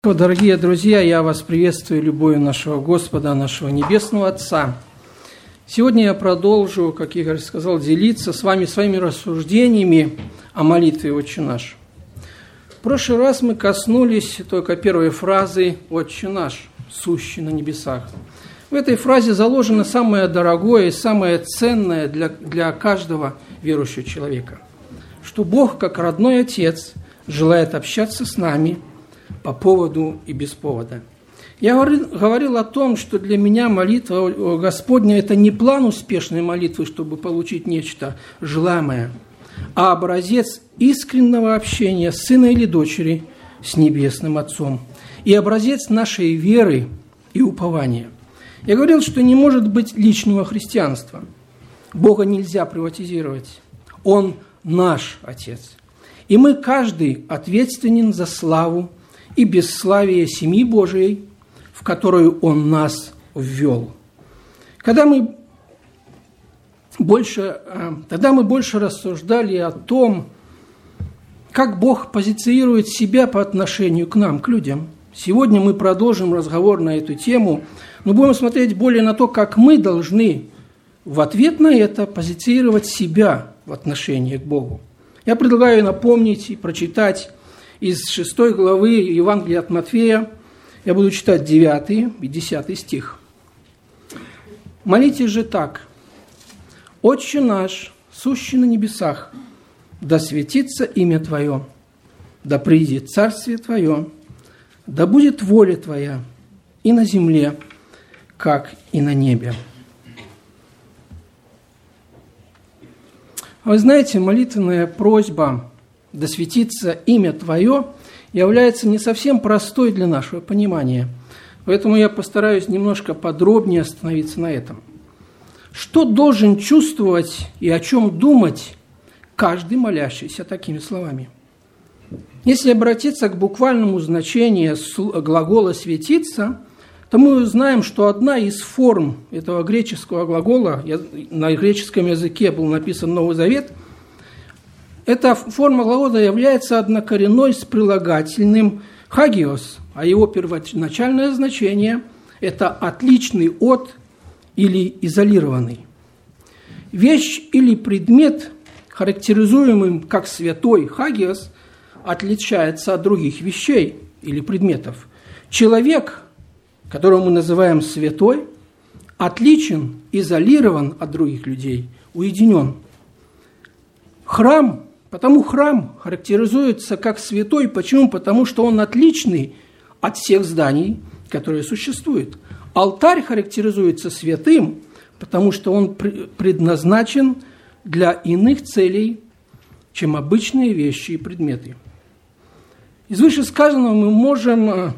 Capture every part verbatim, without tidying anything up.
Дорогие друзья, я вас приветствую любовью нашего Господа, нашего Небесного Отца. Сегодня я продолжу, как Игорь сказал, делиться с вами своими рассуждениями о молитве «Отче наш». В прошлый раз мы коснулись только первой фразы «Отче наш, сущий на небесах». В этой фразе заложено самое дорогое и самое ценное для, для каждого верующего человека, что Бог, как родной Отец, желает общаться с нами по поводу и без повода. Я говорил, говорил о том, что для меня молитва Господня – это не план успешной молитвы, чтобы получить нечто желаемое, а образец искреннего общения сына или дочери с Небесным Отцом и образец нашей веры и упования. Я говорил, что не может быть личного христианства. Бога нельзя приватизировать. Он наш Отец. И мы каждый ответственен за славу и бесславие семьи Божией, в которую Он нас ввел. Когда мы больше, тогда мы больше рассуждали о том, как Бог позиционирует себя по отношению к нам, к людям. Сегодня мы продолжим разговор на эту тему, но будем смотреть более на то, как мы должны в ответ на это позиционировать себя в отношении к Богу. Я предлагаю напомнить и прочитать из шестой главы Евангелия от Матфея. Я буду читать девятый и десятый стих. «Молитесь же так: Отче наш, сущий на небесах, да светится имя Твое, да придет царствие Твое, да будет воля Твоя и на земле, как и на небе». Вы знаете, молитвенная просьба «да светится имя Твое» является не совсем простой для нашего понимания. Поэтому я постараюсь немножко подробнее остановиться на этом. Что должен чувствовать и о чем думать каждый молящийся такими словами? Если обратиться к буквальному значению глагола «светиться», то мы узнаем, что одна из форм этого греческого глагола, на греческом языке был написан Новый Завет, эта форма глагола является однокоренной с прилагательным «хагиос», а его первоначальное значение – это «отличный от» или «изолированный». Вещь или предмет, характеризуемым как святой «хагиос», отличается от других вещей или предметов. Человек, которого мы называем святой, отличен, изолирован от других людей, уединен. Храм, потому храм характеризуется как святой. Почему? Потому что он отличный от всех зданий, которые существуют. Алтарь характеризуется святым, потому что он предназначен для иных целей, чем обычные вещи и предметы. Из вышесказанного мы можем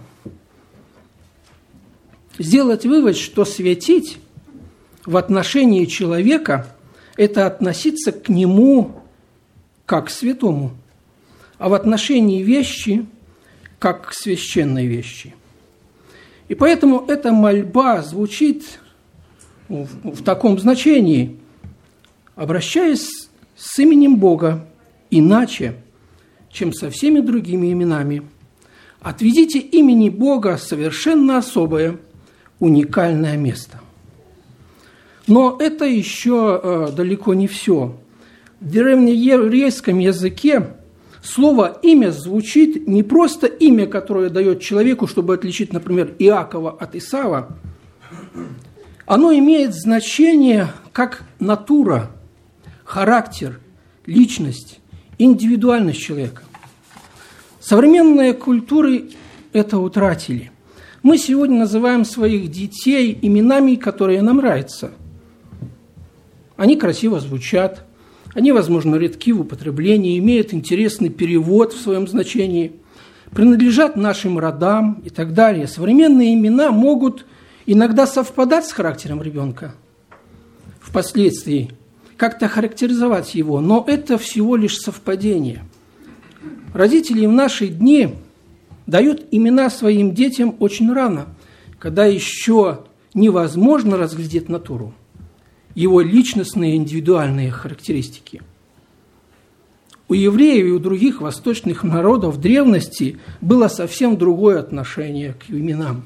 сделать вывод, что светить в отношении человека – это относиться к нему как к святому, а в отношении вещи – как к священной вещи. И поэтому эта мольба звучит в, в таком значении, обращаясь с именем Бога иначе, чем со всеми другими именами. Отведите имени Бога совершенно особое, уникальное место. Но это еще э, далеко не все. В древнееврейском языке слово «имя» звучит не просто имя, которое дает человеку, чтобы отличить, например, Иакова от Исава. Оно имеет значение как натура, характер, личность, индивидуальность человека. Современные культуры это утратили. Мы сегодня называем своих детей именами, которые нам нравятся. Они красиво звучат, они, возможно, редки в употреблении, имеют интересный перевод в своем значении, принадлежат нашим родам и так далее. Современные имена могут иногда совпадать с характером ребенка впоследствии, как-то характеризовать его, но это всего лишь совпадение. Родители в наши дни дают имена своим детям очень рано, когда еще невозможно разглядеть натуру, его личностные индивидуальные характеристики. у евреев и у других восточных народов в древности было совсем другое отношение к именам.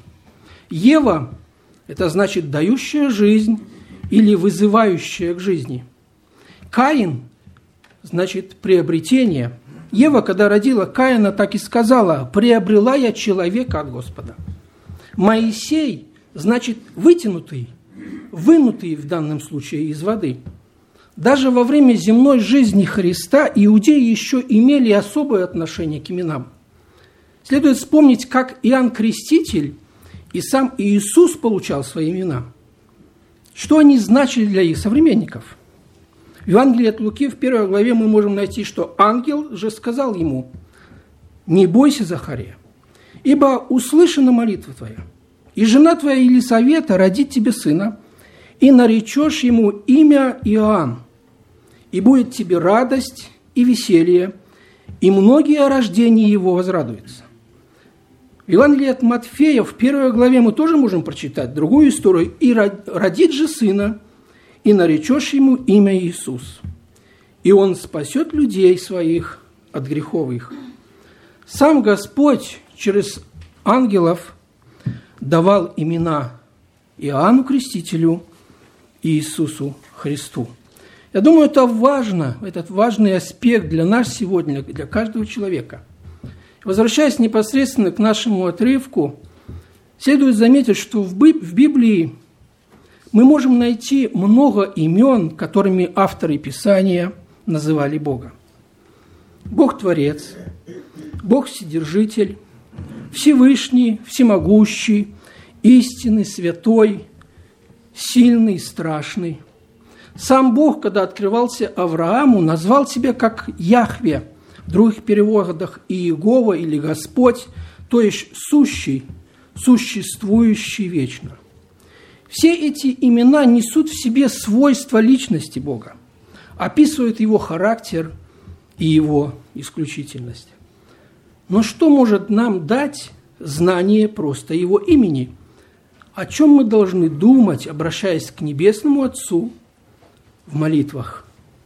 Ева – это значит «дающая жизнь» или «вызывающая к жизни». Каин – значит «приобретение». Ева, когда родила Каина, так и сказала: «Приобрела я человека от Господа». Моисей – значит «вытянутый», вынутый в данном случае из воды. Даже во время земной жизни Христа иудеи еще имели особое отношение к именам. Следует вспомнить, как Иоанн Креститель и сам Иисус получал свои имена. Что они значили для их современников? В Евангелии от Луки в первой главе мы можем найти, что ангел же сказал ему: «Не бойся, Захария, ибо услышана молитва твоя, и жена твоя Елисавета родит тебе сына, и наречешь ему имя Иоанн, и будет тебе радость и веселье, и многие о рождении его возрадуются». В Евангелии от Матфея в первой главе мы тоже можем прочитать другую историю. «И родит же сына, и наречешь ему имя Иисус, и он спасет людей своих от грехов их». Сам Господь через ангелов давал имена Иоанну Крестителю и Иисусу Христу. Я думаю, это важно, этот важный аспект для нас сегодня, для каждого человека. Возвращаясь непосредственно к нашему отрывку, следует заметить, что в Библии мы можем найти много имен, которыми авторы Писания называли Бога. Бог-творец, Бог-вседержитель, Всевышний, Всемогущий, истинный, святой, сильный, страшный. Сам Бог, когда открывался Аврааму, назвал себя как Яхве, в других переводах Иегова или Господь, то есть сущий, существующий вечно. Все эти имена несут в себе свойства личности Бога, описывают его характер и его исключительность. Но что может нам дать знание просто его имени? О чем мы должны думать, обращаясь к Небесному Отцу в молитвах?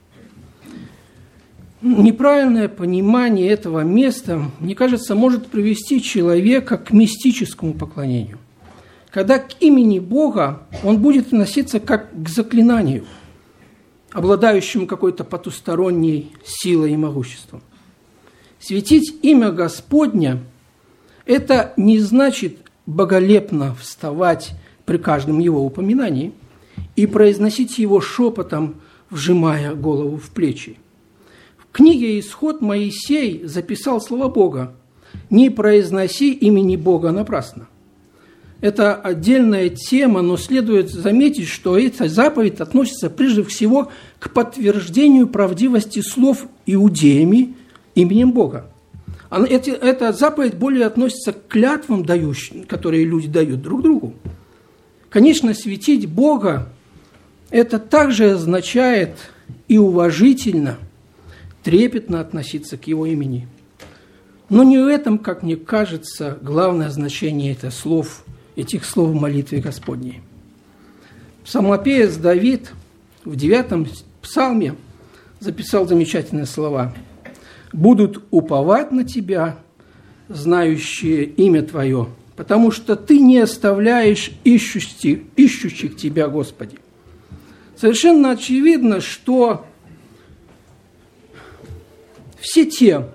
Неправильное понимание этого места, мне кажется, может привести человека к мистическому поклонению, когда к имени Бога он будет относиться как к заклинанию, обладающему какой-то потусторонней силой и могуществом. Светить имя Господня – это не значит боголепно вставать при каждом его упоминании и произносить его шепотом, вжимая голову в плечи. В книге «Исход» Моисей записал слова Бога: «Не произноси имени Бога напрасно». Это отдельная тема, но следует заметить, что эта заповедь относится прежде всего к подтверждению правдивости слов иудеями именем Бога. Эта заповедь более относится к клятвам, дающим, которые люди дают друг другу. Конечно, светить Бога – это также означает и уважительно, трепетно относиться к Его имени. Но не в этом, как мне кажется, главное значение этих слов, этих слов в молитве Господней. Псалмопевец Давид в девятом псалме записал замечательные слова: «Будут уповать на Тебя, знающие имя Твое, потому что Ты не оставляешь ищущих, ищущих Тебя, Господи». Совершенно очевидно, что все те,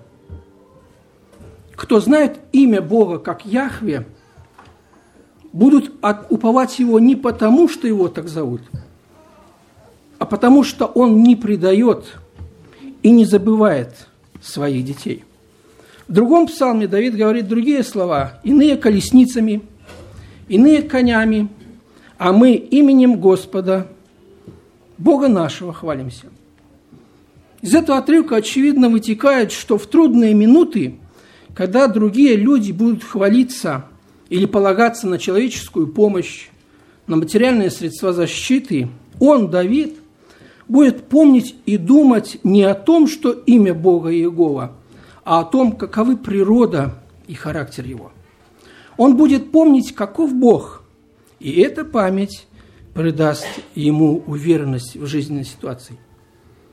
кто знает имя Бога как Яхве, будут уповать Его не потому, что Его так зовут, а потому, что Он не предает и не забывает своих детей. В другом псалме Давид говорит другие слова: «Иные колесницами, иные конями, а мы именем Господа, Бога нашего, хвалимся». Из этого отрывка очевидно вытекает, что в трудные минуты, когда другие люди будут хвалиться или полагаться на человеческую помощь, на материальные средства защиты, он, Давид, будет помнить и думать не о том, что имя Бога Иегова, а о том, каковы природа и характер Его. Он будет помнить, каков Бог, и эта память придаст ему уверенность в жизненной ситуации.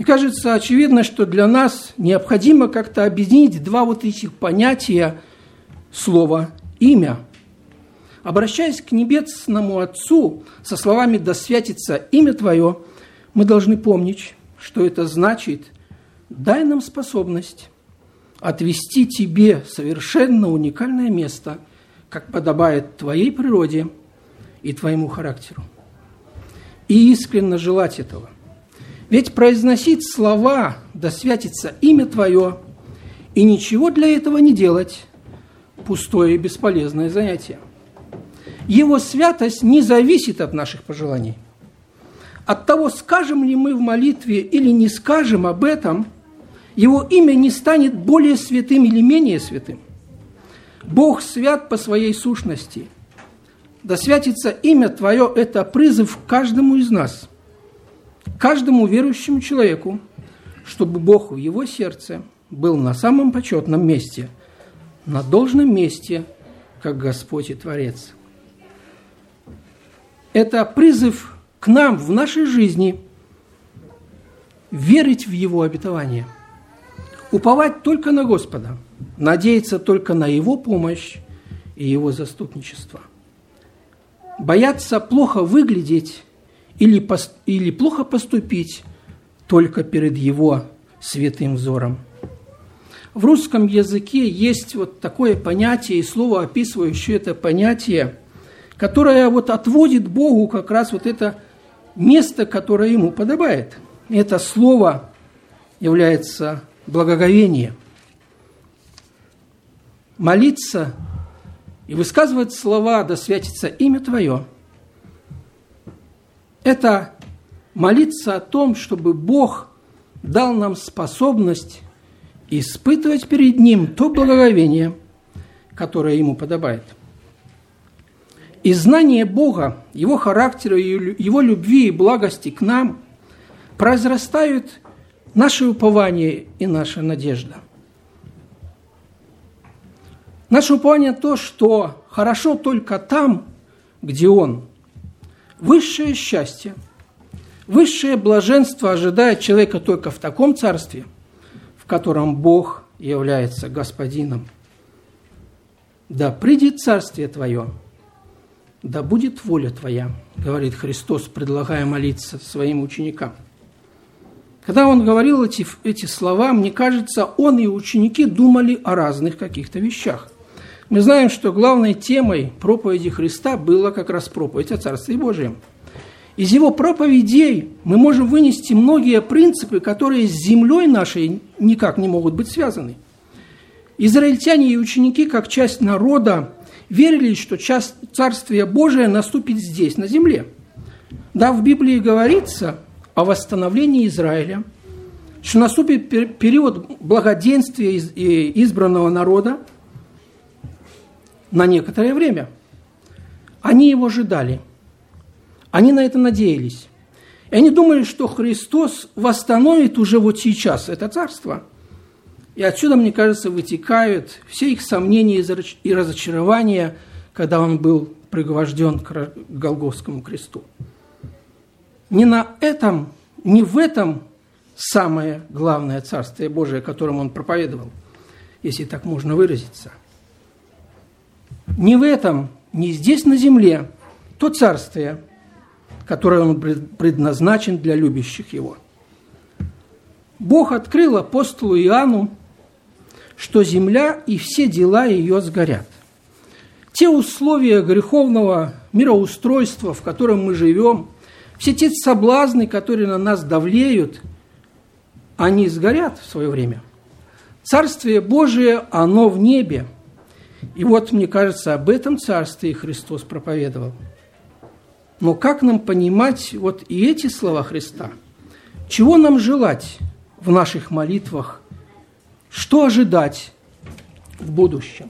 Мне кажется, очевидно, что для нас необходимо как-то объединить два вот этих понятия слова «имя». Обращаясь к Небесному Отцу со словами «Да святится имя Твое», мы должны помнить, что это значит «дай нам способность отвести Тебе совершенно уникальное место, как подобает Твоей природе и Твоему характеру». И искренне желать этого. Ведь произносить слова «Да святится имя Твое» и ничего для этого не делать – пустое и бесполезное занятие. Его святость не зависит от наших пожеланий. От того, скажем ли мы в молитве или не скажем об этом, его имя не станет более святым или менее святым. Бог свят по своей сущности. Да святится имя Твое – это призыв каждому из нас, каждому верующему человеку, чтобы Бог в его сердце был на самом почетном месте, на должном месте, как Господь и Творец. Это призыв к нам в нашей жизни верить в Его обетование, уповать только на Господа, надеяться только на Его помощь и Его заступничество. Бояться плохо выглядеть или, пос- или плохо поступить только перед Его святым взором. В русском языке есть вот такое понятие и слово, описывающее это понятие, которое вот отводит Богу как раз вот это место, которое Ему подобает. Это слово является благоговение. Молиться и высказывать слова «Да святится имя Твое» – это молиться о том, чтобы Бог дал нам способность испытывать перед Ним то благоговение, которое Ему подобает. И знание Бога, Его характера, Его любви и благости к нам произрастают наше упование и наша надежда. Наше упование то, что хорошо только там, где Он. Высшее счастье, высшее блаженство ожидает человека только в таком царстве, в котором Бог является Господином. Да придет царствие Твое, да будет воля Твоя, говорит Христос, предлагая молиться своим ученикам. Когда Он говорил эти, эти слова, мне кажется, Он и ученики думали о разных каких-то вещах. Мы знаем, что главной темой проповеди Христа была как раз проповедь о Царстве Божьем. Из Его проповедей мы можем вынести многие принципы, которые с землей нашей никак не могут быть связаны. Израильтяне и ученики, как часть народа, верили, что часть Царствия Божия наступит здесь, на земле. Да, в Библии говорится о восстановлении Израиля, что наступит период благоденствия избранного народа на некоторое время. Они его ожидали, они на это надеялись. И они думали, что Христос восстановит уже вот сейчас это царство. И отсюда, мне кажется, вытекают все их сомнения и разочарования, когда Он был пригвожден к Голгофскому кресту. Не на этом, не в этом самое главное Царствие Божие, о котором Он проповедовал, если так можно выразиться. Не в этом, не здесь на земле то царствие, которое Он предназначен для любящих Его. Бог открыл апостолу Иоанну, что земля и все дела ее сгорят. Те условия греховного мироустройства, в котором мы живем, все те соблазны, которые на нас давлеют, они сгорят в свое время. Царствие Божие, оно в небе. И вот, мне кажется, об этом царстве Христос проповедовал. Но как нам понимать вот и эти слова Христа? Чего нам желать в наших молитвах? Что ожидать в будущем?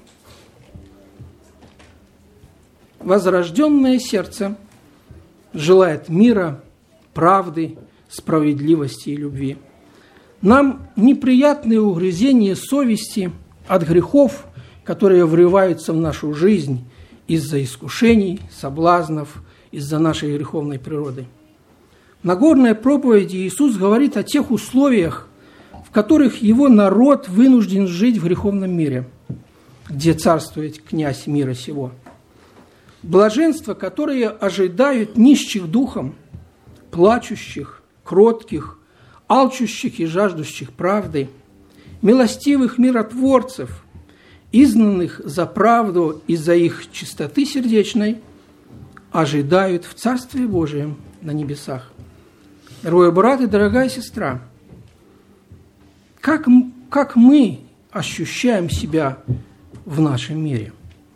Возрожденное сердце желает мира, правды, справедливости и любви. Нам неприятные угрызения совести от грехов, которые врываются в нашу жизнь из-за искушений, соблазнов, из-за нашей греховной природы. Нагорной проповеди Иисус говорит о тех условиях, в которых его народ вынужден жить в греховном мире, где царствует князь мира сего. Блаженство, которое ожидают нищих духом, плачущих, кротких, алчущих и жаждущих правды, милостивых миротворцев, изгнанных за правду и за их чистоты сердечной, ожидают в Царстве Божием на небесах. Дорогой брат и дорогая сестра, как, как мы ощущаем себя в нашем мире?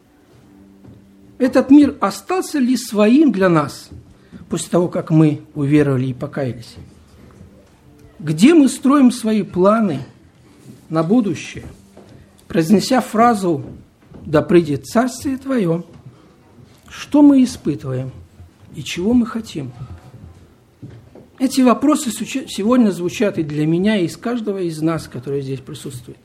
Этот мир остался ли своим для нас после того, как мы уверовали и покаялись? Где мы строим свои планы на будущее, произнеся фразу «Да придет Царствие Твое», что мы испытываем и чего мы хотим? Эти вопросы сегодня звучат и для меня, и из каждого из нас, который здесь присутствует.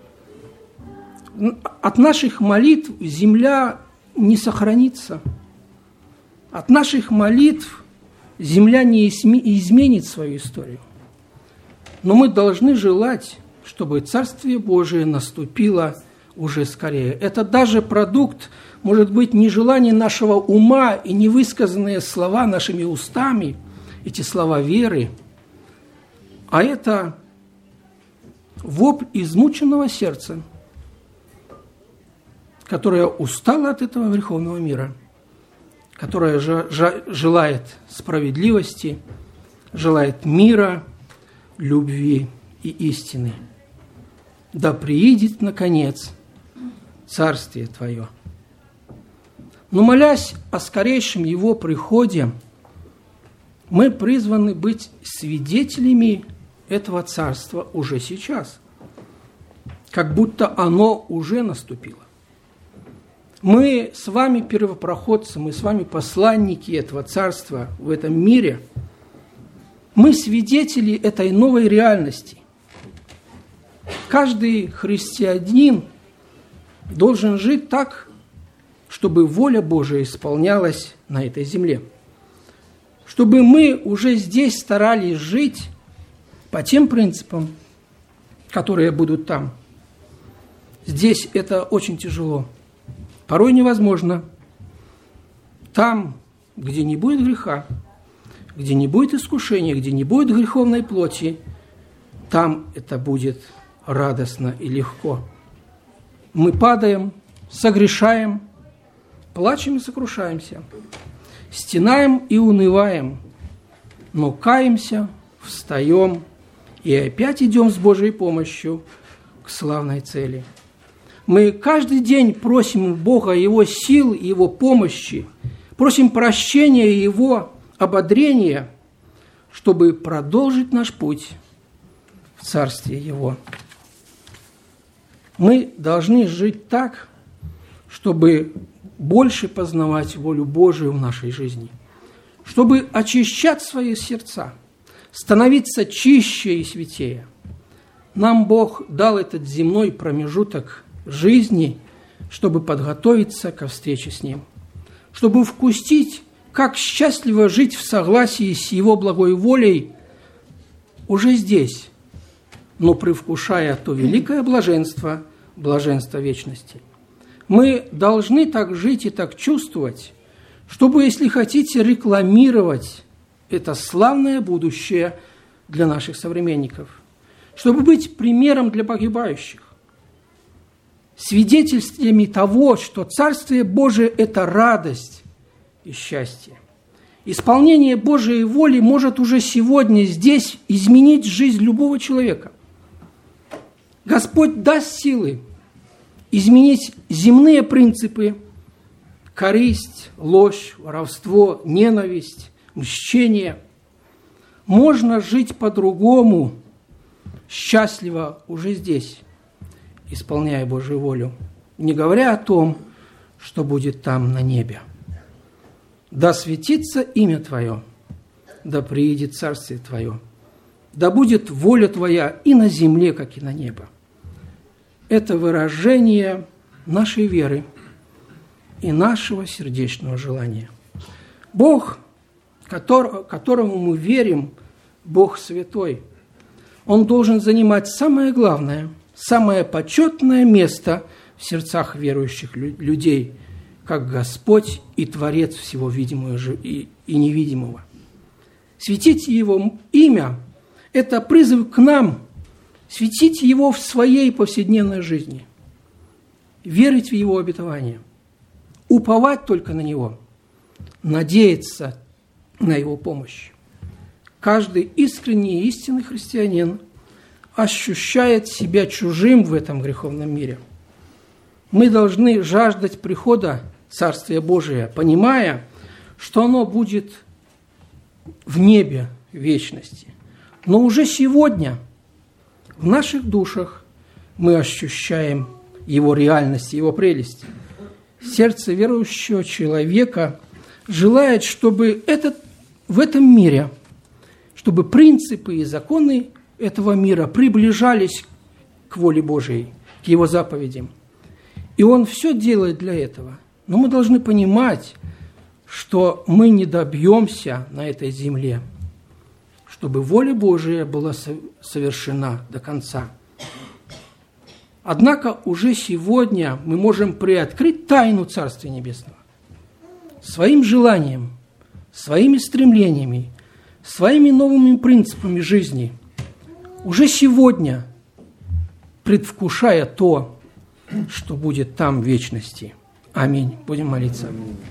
От наших молитв земля не сохранится. От наших молитв земля не изменит свою историю. Но мы должны желать, чтобы Царствие Божие наступило уже скорее. Это даже продукт, может быть, не желание нашего ума и невысказанные слова нашими устами, эти слова веры, а это вопль измученного сердца, которое устало от этого греховного мира, которое желает справедливости, желает мира, любви и истины. Да приидет, наконец, Царствие Твое. Но молясь о скорейшем Его приходе, мы призваны быть свидетелями этого Царства уже сейчас, как будто оно уже наступило. Мы с вами первопроходцы, мы с вами посланники этого Царства в этом мире. Мы свидетели этой новой реальности. Каждый христианин должен жить так, чтобы воля Божия исполнялась на этой земле. Чтобы мы уже здесь старались жить по тем принципам, которые будут там. Здесь это очень тяжело. Порой невозможно. Там, где не будет греха, где не будет искушения, где не будет греховной плоти, там это будет радостно и легко. Мы падаем, согрешаем, плачем и сокрушаемся, стенаем и унываем, но каемся, встаем и опять идем с Божьей помощью к славной цели. Мы каждый день просим у Бога Его сил, Его помощи, просим прощения и Его ободрения, чтобы продолжить наш путь в Царствие Его. Мы должны жить так, чтобы больше познавать волю Божию в нашей жизни, чтобы очищать свои сердца, становиться чище и святее. Нам Бог дал этот земной промежуток жизни, чтобы подготовиться ко встрече с Ним, чтобы вкусить, как счастливо жить в согласии с Его благой волей уже здесь, но привкушая то великое блаженство, блаженство вечности. Мы должны так жить и так чувствовать, чтобы, если хотите, рекламировать это славное будущее для наших современников, чтобы быть примером для погибающих, свидетельствами того, что Царствие Божие – это радость и счастье. Исполнение Божией воли может уже сегодня здесь изменить жизнь любого человека. Господь даст силы изменить земные принципы, корысть, ложь, воровство, ненависть, мщение. Можно жить по-другому, счастливо уже здесь, исполняя Божью волю, не говоря о том, что будет там на небе. Да светится имя Твое, да приидет Царствие Твое, да будет воля Твоя и на земле, как и на небо. Это выражение нашей веры и нашего сердечного желания. Бог, который, которому мы верим, Бог Святой, Он должен занимать самое главное, самое почетное место в сердцах верующих людей, как Господь и Творец всего видимого и невидимого. Светить Его имя – это призыв к нам, светить Его в своей повседневной жизни, верить в Его обетование, уповать только на Него, надеяться на Его помощь. Каждый искренний и истинный христианин ощущает себя чужим в этом греховном мире. Мы должны жаждать прихода Царствия Божия, понимая, что оно будет в небе вечности. Но уже сегодня в наших душах мы ощущаем его реальность, его прелесть. Сердце верующего человека желает, чтобы этот, в этом мире, чтобы принципы и законы этого мира приближались к воле Божией, к его заповедям. И он все делает для этого. Но мы должны понимать, что мы не добьемся на этой земле, чтобы воля Божия была совершена до конца. Однако уже сегодня мы можем приоткрыть тайну Царствия Небесного. Своим желанием, своими стремлениями, своими новыми принципами жизни, уже сегодня предвкушая то, что будет там в вечности. Аминь. Будем молиться.